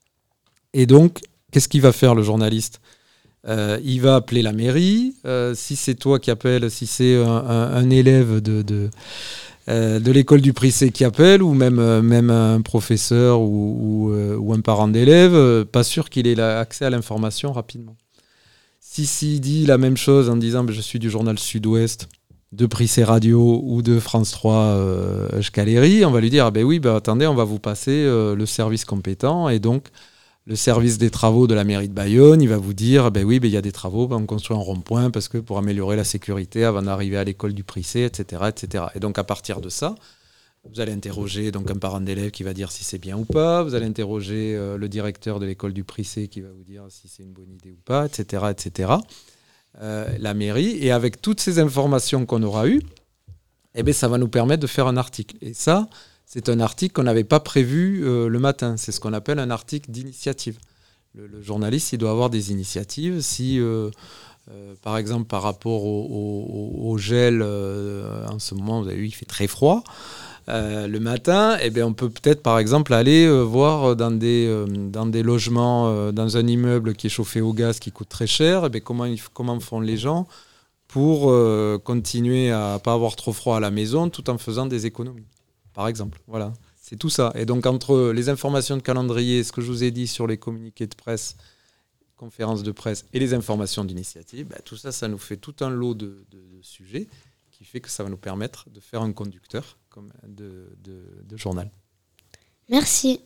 Et donc, qu'est-ce qu'il va faire le journaliste ? euh, Il va appeler la mairie. Euh, si c'est toi qui appelles, si c'est un, un, un élève de, de, euh, de l'école du Prissé qui appelle, ou même, euh, même un professeur ou, ou, euh, ou un parent d'élève, euh, pas sûr qu'il ait accès à l'information rapidement. Si s'il dit la même chose en disant ben, je suis du journal Sud-Ouest, de Prissé Radio ou de France trois euh, Schkaleri, on va lui dire ah ben oui, ben attendez, on va vous passer euh, le service compétent, et donc le service des travaux de la mairie de Bayonne, il va vous dire ben oui, ben il y a des travaux, ben on construit un rond-point parce que pour améliorer la sécurité avant d'arriver à l'école du Prissé, et cetera, et cetera. Et donc à partir de ça, vous allez interroger donc un parent d'élève qui va dire si c'est bien ou pas. Vous allez interroger euh, le directeur de l'école du Prissé qui va vous dire si c'est une bonne idée ou pas, et cetera, et cetera. Euh, la mairie. Et avec toutes ces informations qu'on aura eues, eh bien, ça va nous permettre de faire un article. Et ça, c'est un article qu'on n'avait pas prévu euh, le matin. C'est ce qu'on appelle un article d'initiative. Le, le journaliste, il doit avoir des initiatives. Si, euh, euh, par exemple, par rapport au, au, au gel, euh, en ce moment, vous avez vu, il fait très froid. Euh, le matin, eh bien, on peut peut-être par exemple aller euh, voir dans des, euh, dans des logements, euh, dans un immeuble qui est chauffé au gaz qui coûte très cher, eh bien, comment, comment font les gens pour euh, continuer à ne pas avoir trop froid à la maison tout en faisant des économies, par exemple. Voilà, c'est tout ça. Et donc entre les informations de calendrier, ce que je vous ai dit sur les communiqués de presse, conférences de presse et les informations d'initiative, ben, tout ça, ça nous fait tout un lot de, de, de sujets qui fait que ça va nous permettre de faire un conducteur comme de, de, de journal. Merci.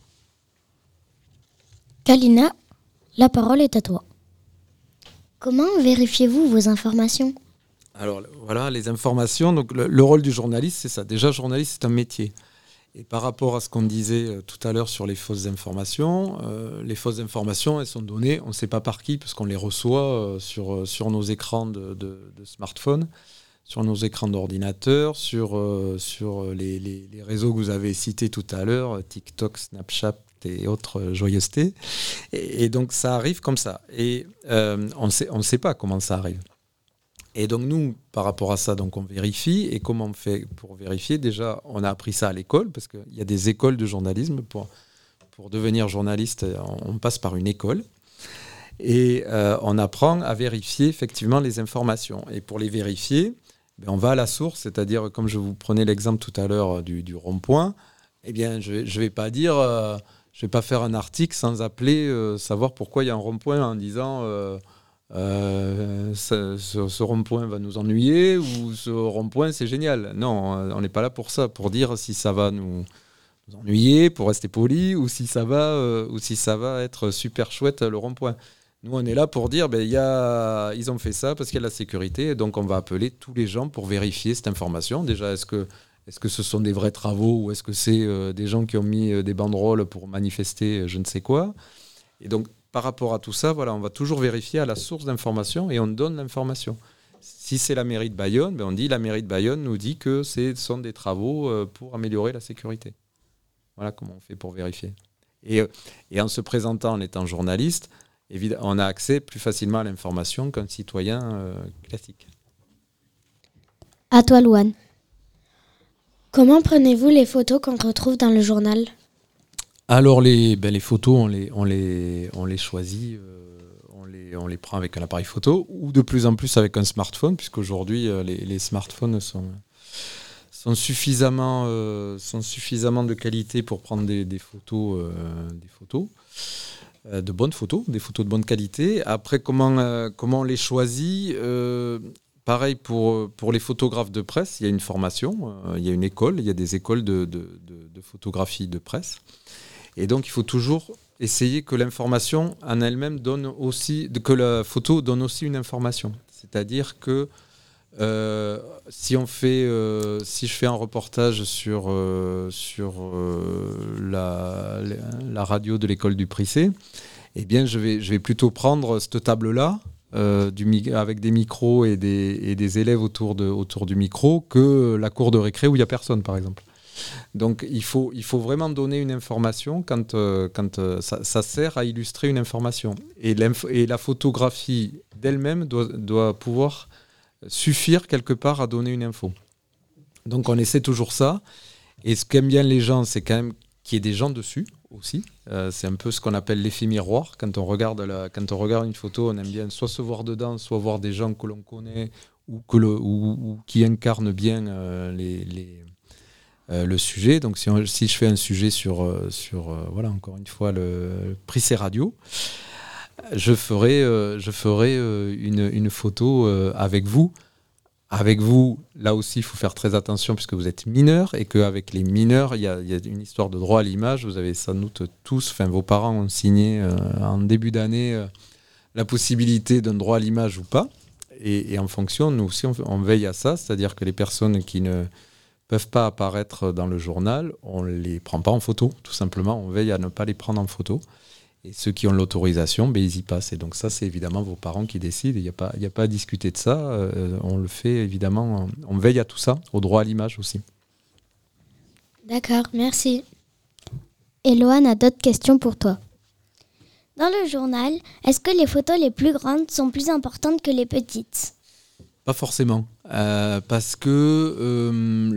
Kalina, la parole est à toi. Comment vérifiez-vous vos informations ? Alors voilà, les informations. Donc le, le rôle du journaliste, c'est ça. Déjà, journaliste, c'est un métier. Et par rapport à ce qu'on disait euh, tout à l'heure sur les fausses informations, euh, les fausses informations, elles sont données, on ne sait pas par qui, parce qu'on les reçoit euh, sur, euh, sur nos écrans de, de, de smartphone, sur nos écrans d'ordinateur, sur, euh, sur les, les, les réseaux que vous avez cités tout à l'heure, TikTok, Snapchat et autres euh, joyeusetés. Et, et donc ça arrive comme ça. Et euh, on sait, on ne sait pas comment ça arrive. Et donc nous, par rapport à ça, donc on vérifie. Et comment on fait pour vérifier ? Déjà, on a appris ça à l'école, parce qu'il y a des écoles de journalisme pour, pour devenir journaliste, on, on passe par une école. Et euh, on apprend à vérifier effectivement les informations. Et pour les vérifier, ben, on va à la source, c'est-à-dire, comme je vous prenais l'exemple tout à l'heure du, du rond-point, eh bien, je ne vais pas dire, euh, je vais pas faire un article sans appeler, euh, savoir pourquoi il y a un rond-point en disant euh, euh, ce, ce, ce rond-point va nous ennuyer ou ce rond-point c'est génial. Non, on n'est pas là pour ça, pour dire si ça va nous, nous ennuyer, pour rester poli, ou si ça va, euh, ou si ça va être super chouette le rond-point. Nous, on est là pour dire, ben, y a, ils ont fait ça parce qu'il y a la sécurité, donc on va appeler tous les gens pour vérifier cette information. Déjà, est-ce que, est-ce que ce sont des vrais travaux ou est-ce que c'est euh, des gens qui ont mis euh, des banderoles pour manifester euh, je ne sais quoi. Et donc, par rapport à tout ça, voilà, on va toujours vérifier à la source d'information et on donne l'information. Si c'est la mairie de Bayonne, ben, on dit la mairie de Bayonne nous dit que ce sont des travaux euh, pour améliorer la sécurité. Voilà comment on fait pour vérifier. Et, euh, et en se présentant en étant journaliste, on a accès plus facilement à l'information qu'un citoyen euh, classique. À toi, Louane. Comment prenez-vous les photos qu'on retrouve dans le journal ? Alors, les, ben, les photos, on les, on les, on les choisit, euh, on, les, on les prend avec un appareil photo ou de plus en plus avec un smartphone, puisqu'aujourd'hui, euh, les, les smartphones sont, sont, suffisamment, euh, sont suffisamment de qualité pour prendre des, des photos. Euh, des photos. de bonnes photos, des photos de bonne qualité. Après, comment, euh, comment on les choisit euh, pareil pour, pour les photographes de presse, il y a une formation, euh, il y a une école, il y a des écoles de, de, de, de photographie de presse. Et donc, il faut toujours essayer que l'information en elle-même donne aussi, que la photo donne aussi une information. C'est-à-dire que Euh, si on fait, euh, si je fais un reportage sur euh, sur euh, la, la radio de l'école du Prissé, eh bien je vais je vais plutôt prendre cette table-là euh, du avec des micros et des et des élèves autour de autour du micro que la cour de récré où il y a personne par exemple. Donc il faut il faut vraiment donner une information quand euh, quand euh, ça, ça sert à illustrer une information et et la photographie d'elle-même doit doit pouvoir suffire quelque part à donner une info. Donc on essaie toujours ça. Et ce qu'aiment bien les gens, c'est quand même qu'il y ait des gens dessus aussi. Euh, c'est un peu ce qu'on appelle l'effet miroir. Quand on regarde la, quand on regarde une photo, on aime bien soit se voir dedans, soit voir des gens que l'on connaît ou, que le, ou, ou qui incarnent bien euh, les, les, euh, le sujet. Donc si, on, si je fais un sujet sur, euh, sur euh, voilà, encore une fois, le Prissé Radio, Je ferai, euh, je ferai euh, une, une photo euh, avec vous. Avec vous, là aussi, il faut faire très attention puisque vous êtes mineurs et qu'avec les mineurs, il y a, y a une histoire de droit à l'image. Vous avez sans doute tous, enfin vos parents ont signé euh, en début d'année euh, la possibilité d'un droit à l'image ou pas. Et, et en fonction, nous aussi, on, on veille à ça. C'est-à-dire que les personnes qui ne peuvent pas apparaître dans le journal, on ne les prend pas en photo, tout simplement. On veille à ne pas les prendre en photo. Et ceux qui ont l'autorisation, ben, ils y passent. Et donc ça, c'est évidemment vos parents qui décident. Il n'y a pas, il n'y a pas à discuter de ça. Euh, on le fait évidemment. On veille à tout ça, au droit à l'image aussi. D'accord, merci. Et Loane a d'autres questions pour toi. Dans le journal, est-ce que les photos les plus grandes sont plus importantes que les petites ? Pas forcément. Euh, parce que euh,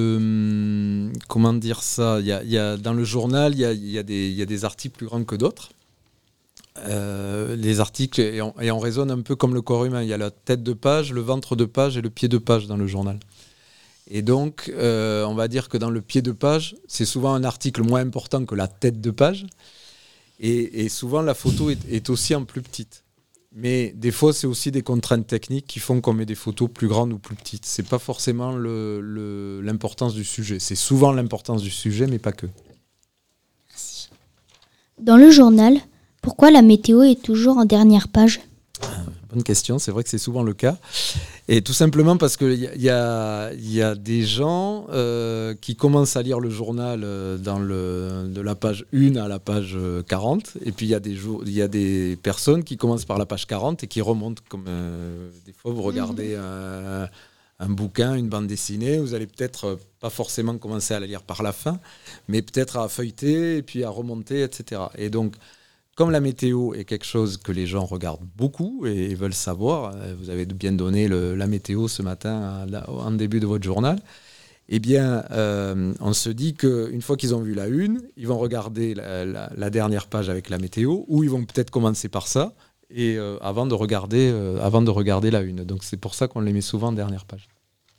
le comment dire ça, y a, y a, dans le journal, il y a, y a des, y a des articles plus grands que d'autres. Euh, les articles, et on, et on raisonne un peu comme le corps humain. Il y a la tête de page, le ventre de page et le pied de page dans le journal. Et donc, euh, on va dire que dans le pied de page, c'est souvent un article moins important que la tête de page. Et, et souvent, la photo est, est aussi en plus petite. Mais des fois, c'est aussi des contraintes techniques qui font qu'on met des photos plus grandes ou plus petites. C'est pas forcément le, le, l'importance du sujet. C'est souvent l'importance du sujet, mais pas que. Merci. Dans le journal, pourquoi la météo est toujours en dernière page ? Bonne question, c'est vrai que c'est souvent le cas. Et tout simplement parce qu'il y, y, a, y a des gens euh, qui commencent à lire le journal euh, dans le, de la page un à la page quarante. Et puis il y a des jours, il y a des personnes qui commencent par la page quarante et qui remontent. Comme euh, des fois, vous regardez un, un bouquin, une bande dessinée, vous allez peut-être pas forcément commencer à la lire par la fin, mais peut-être à feuilleter et puis à remonter, et cetera. Et donc, comme la météo est quelque chose que les gens regardent beaucoup et veulent savoir, vous avez bien donné le, la météo ce matin en début de votre journal, eh bien, euh, on se dit qu'une fois qu'ils ont vu la une, ils vont regarder la, la, la dernière page avec la météo, ou ils vont peut-être commencer par ça, et euh, avant de regarder, euh, avant de regarder la une. Donc c'est pour ça qu'on les met souvent en dernière page.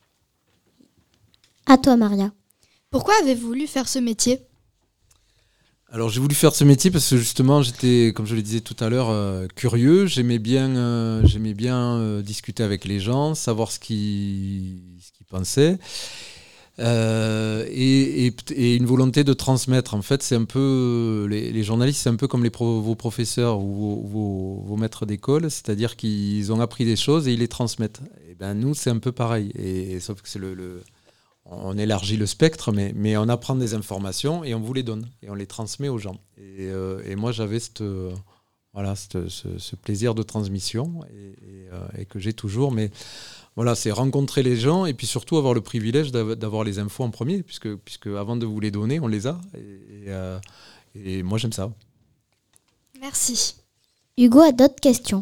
À toi, Maria. Pourquoi avez-vous voulu faire ce métier ? Alors j'ai voulu faire ce métier parce que justement j'étais, comme je le disais tout à l'heure, euh, curieux. J'aimais bien, euh, j'aimais bien euh, discuter avec les gens, savoir ce qu'ils, ce qu'ils pensaient. Euh, et, et, et une volonté de transmettre. En fait, c'est un peu les, les journalistes, c'est un peu comme les pro, vos professeurs ou vos, vos, vos maîtres d'école, c'est-à-dire qu'ils ont appris des choses et ils les transmettent. Et ben nous, c'est un peu pareil. Et, et sauf que c'est le, le, on élargit le spectre, mais, mais on apprend des informations et on vous les donne et on les transmet aux gens. Et, euh, et moi, j'avais cette, euh, voilà, cette, ce, ce plaisir de transmission et, et, euh, et que j'ai toujours, mais voilà, c'est rencontrer les gens et puis surtout avoir le privilège d'avoir les infos en premier, puisque, puisque avant de vous les donner, on les a. Et, et, euh, et moi, j'aime ça. Merci. Hugo a d'autres questions.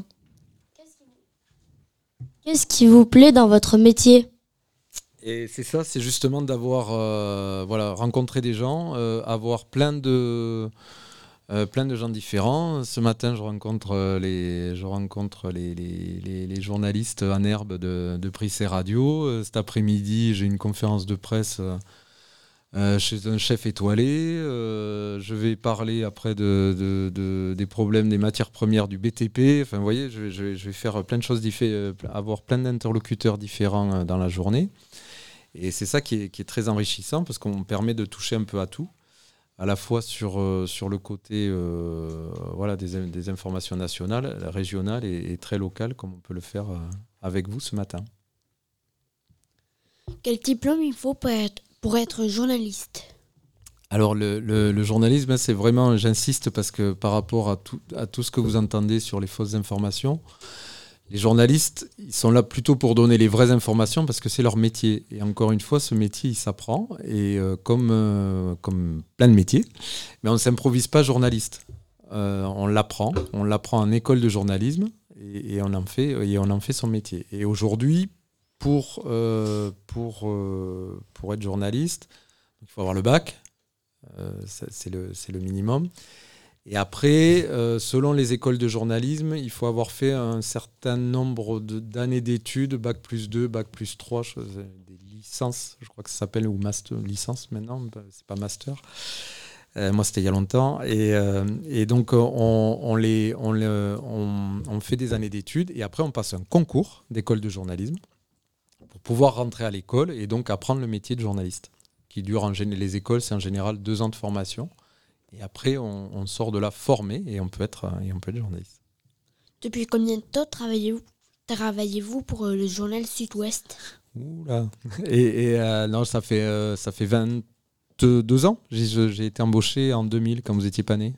Qu'est-ce qui vous plaît dans votre métier ? Et c'est ça, c'est justement d'avoir euh, voilà, rencontré des gens, euh, avoir plein de... Euh, plein de gens différents. Ce matin, je rencontre euh, les, je rencontre les, les, les, les journalistes en herbe de, de Prissé Radio. Euh, cet après-midi, j'ai une conférence de presse euh, chez un chef étoilé. Euh, je vais parler après de, de, de, des problèmes des matières premières du B T P. Enfin, vous voyez, je, je, je vais faire plein de choses différentes, avoir plein d'interlocuteurs différents dans la journée. Et c'est ça qui est, qui est très enrichissant parce qu'on me permet de toucher un peu à tout, à la fois sur, euh, sur le côté euh, voilà, des, des informations nationales, régionales et, et très locales, comme on peut le faire euh, avec vous ce matin. Quel diplôme il faut pour être, pour être journaliste ? Alors le, le, le journalisme, c'est vraiment, j'insiste, parce que par rapport à tout, à tout ce que vous entendez sur les fausses informations, les journalistes, ils sont là plutôt pour donner les vraies informations parce que c'est leur métier. Et encore une fois, ce métier, il s'apprend. Et euh, comme, euh, comme plein de métiers, mais on ne s'improvise pas journaliste. Euh, on l'apprend. On l'apprend en école de journalisme et, et, on, en fait, et on en fait son métier. Et aujourd'hui, pour, euh, pour, euh, pour être journaliste, il faut avoir le bac. Euh, c'est, le, c'est le minimum. Et après, euh, selon les écoles de journalisme, il faut avoir fait un certain nombre de, d'années d'études, bac plus deux, bac plus trois, chose, des licences, je crois que ça s'appelle, ou master, licence maintenant, c'est pas master. Euh, moi, c'était il y a longtemps. Et, euh, et donc, on, on, les, on, les, on, on fait des années d'études et après, on passe un concours d'école de journalisme pour pouvoir rentrer à l'école et donc apprendre le métier de journaliste, qui dure en général, les écoles, c'est en général deux ans de formation. Et après, on, on sort de là formé et on peut être, et on peut être journaliste. Depuis combien de temps travaillez-vous, travaillez-vous pour le journal Sud-Ouest ? Oula. Et, et euh, non, ça fait, euh, ça fait vingt-deux ans. J'ai, j'ai été embauché en deux mille quand vous n'étiez pas né.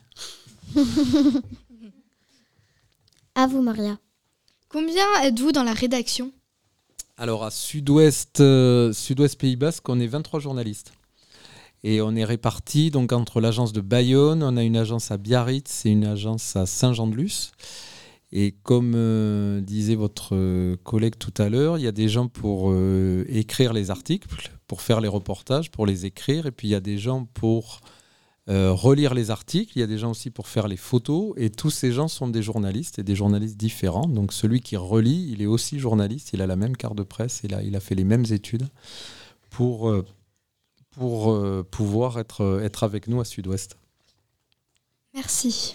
À vous, Maria. Combien êtes-vous dans la rédaction ? Alors, à Sud-Ouest, euh, Sud-Ouest Pays Basque, on est vingt-trois journalistes. Et on est répartis donc, entre l'agence de Bayonne, on a une agence à Biarritz et une agence à Saint-Jean-de-Luz. Et comme euh, disait votre euh, collègue tout à l'heure, il y a des gens pour euh, écrire les articles, pour faire les reportages, pour les écrire. Et puis il y a des gens pour euh, relire les articles. Il y a des gens aussi pour faire les photos. Et tous ces gens sont des journalistes et des journalistes différents. Donc celui qui relit, il est aussi journaliste. Il a la même carte de presse. Il a, il a fait les mêmes études pour... Euh, pour euh, pouvoir être, être avec nous à Sud-Ouest. Merci.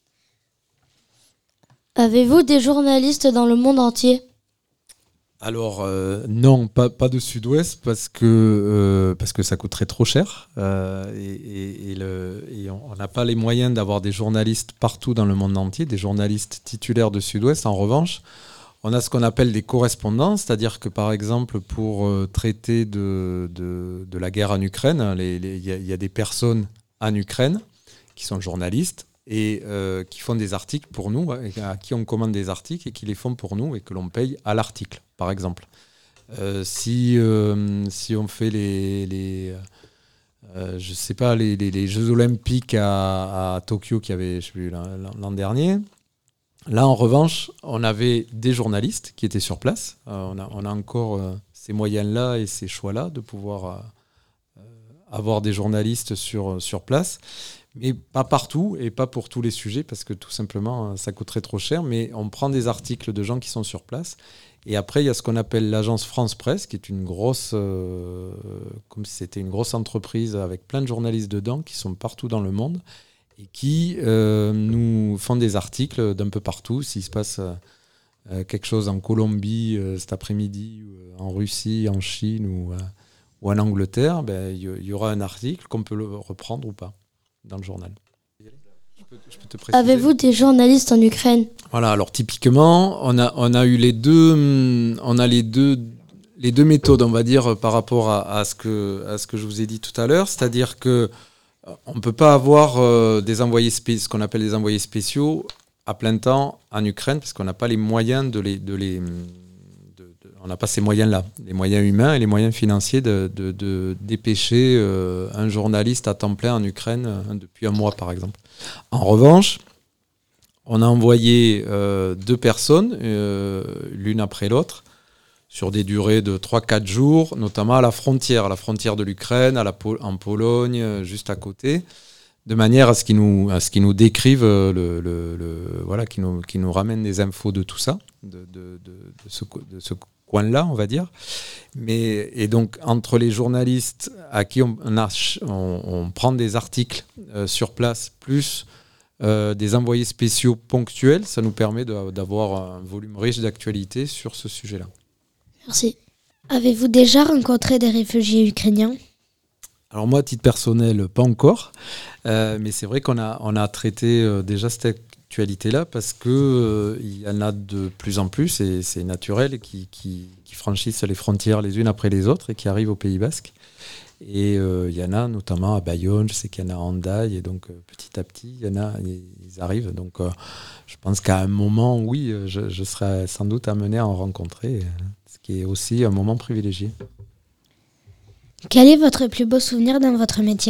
Avez-vous des journalistes dans le monde entier ? Alors, euh, non, pas, pas de Sud-Ouest, parce que, euh, parce que ça coûterait trop cher. Euh, et et, et, le, et on n'a pas les moyens d'avoir des journalistes partout dans le monde entier, des journalistes titulaires de Sud-Ouest. En revanche, on a ce qu'on appelle des correspondants, c'est-à-dire que par exemple pour euh, traiter de, de, de la guerre en Ukraine, il y, y a des personnes en Ukraine qui sont journalistes et euh, qui font des articles pour nous, à qui on commande des articles et qui les font pour nous et que l'on paye à l'article, par exemple. Euh, si, euh, si on fait les, les, euh, je sais pas, les, les, les Jeux Olympiques à, à Tokyo qui avaient, je sais plus, l'an, l'an dernier. Là, en revanche, on avait des journalistes qui étaient sur place. Euh, on, a, on a encore euh, ces moyens-là et ces choix-là de pouvoir, euh, avoir des journalistes sur, sur place, mais pas partout et pas pour tous les sujets, parce que tout simplement, ça coûterait trop cher. Mais on prend des articles de gens qui sont sur place. Et après, il y a ce qu'on appelle l'agence France Presse, qui est une grosse, euh, comme si c'était une grosse entreprise avec plein de journalistes dedans, qui sont partout dans le monde, et qui euh, nous font des articles d'un peu partout. S'il se passe euh, quelque chose en Colombie euh, cet après-midi, ou euh, en Russie, en Chine ou, euh, ou en Angleterre, ben, y, y aura un article qu'on peut le reprendre ou pas dans le journal. Je peux, je peux te préciser. Avez-vous des journalistes en Ukraine ? Voilà, alors typiquement, on a, on a eu les deux, on a les deux, les deux méthodes, on va dire, par rapport à, à, ce que, à ce que je vous ai dit tout à l'heure. C'est-à-dire que on ne peut pas avoir euh, des envoyés spé- ce qu'on appelle des envoyés spéciaux à plein temps en Ukraine, parce qu'on n'a pas les moyens de les... De les de, de, on n'a pas ces moyens-là, les moyens humains et les moyens financiers de, de, de dépêcher euh, un journaliste à temps plein en Ukraine euh, depuis un mois, par exemple. En revanche, on a envoyé euh, deux personnes, euh, l'une après l'autre, sur des durées de trois à quatre jours, notamment à la frontière, à la frontière de l'Ukraine, à la Pol- en Pologne, euh, juste à côté, de manière à ce qu'ils nous, à ce qu'ils nous décrivent, le, le, le, voilà, qu'ils nous, qu'ils nous ramènent des infos de tout ça, de, de, de, de, ce, de ce coin-là, on va dire. Mais, et donc, entre les journalistes à qui on, on, a, on, on prend des articles euh, sur place, plus euh, des envoyés spéciaux ponctuels, ça nous permet de, d'avoir un volume riche d'actualité sur ce sujet-là. Merci. Avez-vous déjà rencontré des réfugiés ukrainiens ? Alors moi, à titre personnel, pas encore. Euh, mais c'est vrai qu'on a, on a traité euh, déjà cette actualité-là parce qu'il euh, y en a de plus en plus, et c'est naturel, qui, qui, qui franchissent les frontières les unes après les autres et qui arrivent au Pays Basque. Et il euh, y en a notamment à Bayonne, je sais qu'il y en a à Hendaye, et donc euh, petit à petit, il y en a, ils arrivent. Donc euh, je pense qu'à un moment, oui, je, je serai sans doute amené à en rencontrer, ce qui est aussi un moment privilégié. Quel est votre plus beau souvenir dans votre métier ?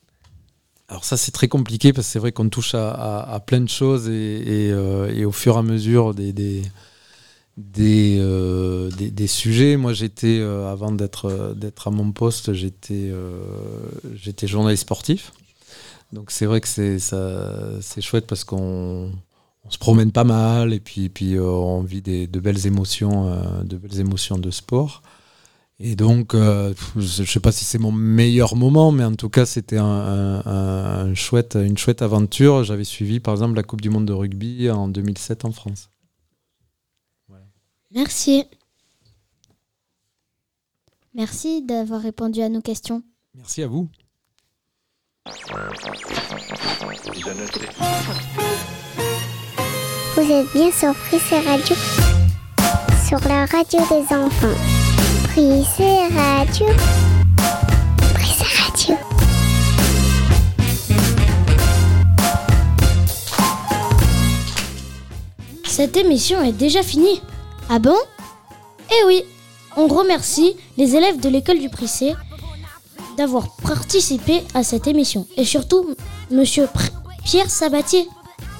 Alors ça, c'est très compliqué parce que c'est vrai qu'on touche à, à, à plein de choses et, et, euh, et au fur et à mesure des, des, des, euh, des, des sujets. Moi, j'étais, euh, avant d'être, d'être à mon poste, j'étais, euh, j'étais journaliste sportif. Donc c'est vrai que c'est, ça, c'est chouette parce qu'on on se promène pas mal et puis, puis euh, on vit des, de belles émotions, euh, de belles émotions de sport. Et donc, euh, je ne sais pas si c'est mon meilleur moment, mais en tout cas, c'était un, un, un chouette, une chouette aventure. J'avais suivi, par exemple, la Coupe du Monde de rugby en deux mille sept en France. Voilà. Merci. Merci d'avoir répondu à nos questions. Merci à vous. Vous êtes bien sur Prissé Radio, sur la radio des enfants. Prissé Radio. Prissé Radio. Cette émission est déjà finie. Ah bon ? Eh oui, on remercie les élèves de l'école du Prissé d'avoir participé à cette émission. Et surtout, monsieur Pr- Pierre Sabatier.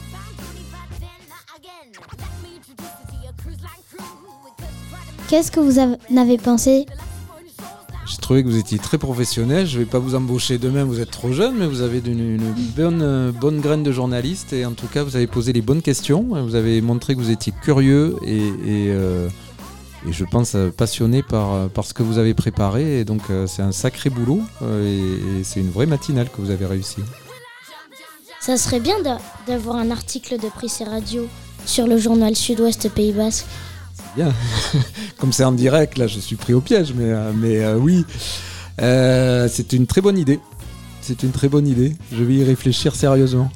Qu'est-ce que vous en avez pensé ? J'ai trouvé que vous étiez très professionnel. Je ne vais pas vous embaucher demain, vous êtes trop jeune, mais vous avez une, une bonne, bonne graine de journaliste. Et en tout cas, vous avez posé les bonnes questions. Vous avez montré que vous étiez curieux et, et, euh, et je pense passionné par, par ce que vous avez préparé. Et donc, euh, c'est un sacré boulot euh, et, et c'est une vraie matinale que vous avez réussi. Ça serait bien d'a- d'avoir un article de Prissé Radio sur le journal Sud-Ouest Pays Basque. Bien. Comme c'est en direct, là, je suis pris au piège, mais, euh, mais euh, oui, euh, c'est une très bonne idée. C'est une très bonne idée. Je vais y réfléchir sérieusement.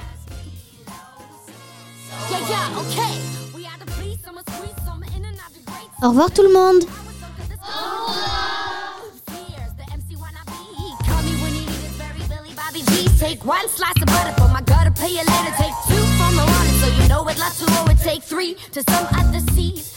Au revoir tout le monde. Take one slice of butter for my gutter, pay you later. Take two from the water, so you know it, lot to or it take three to some other seas.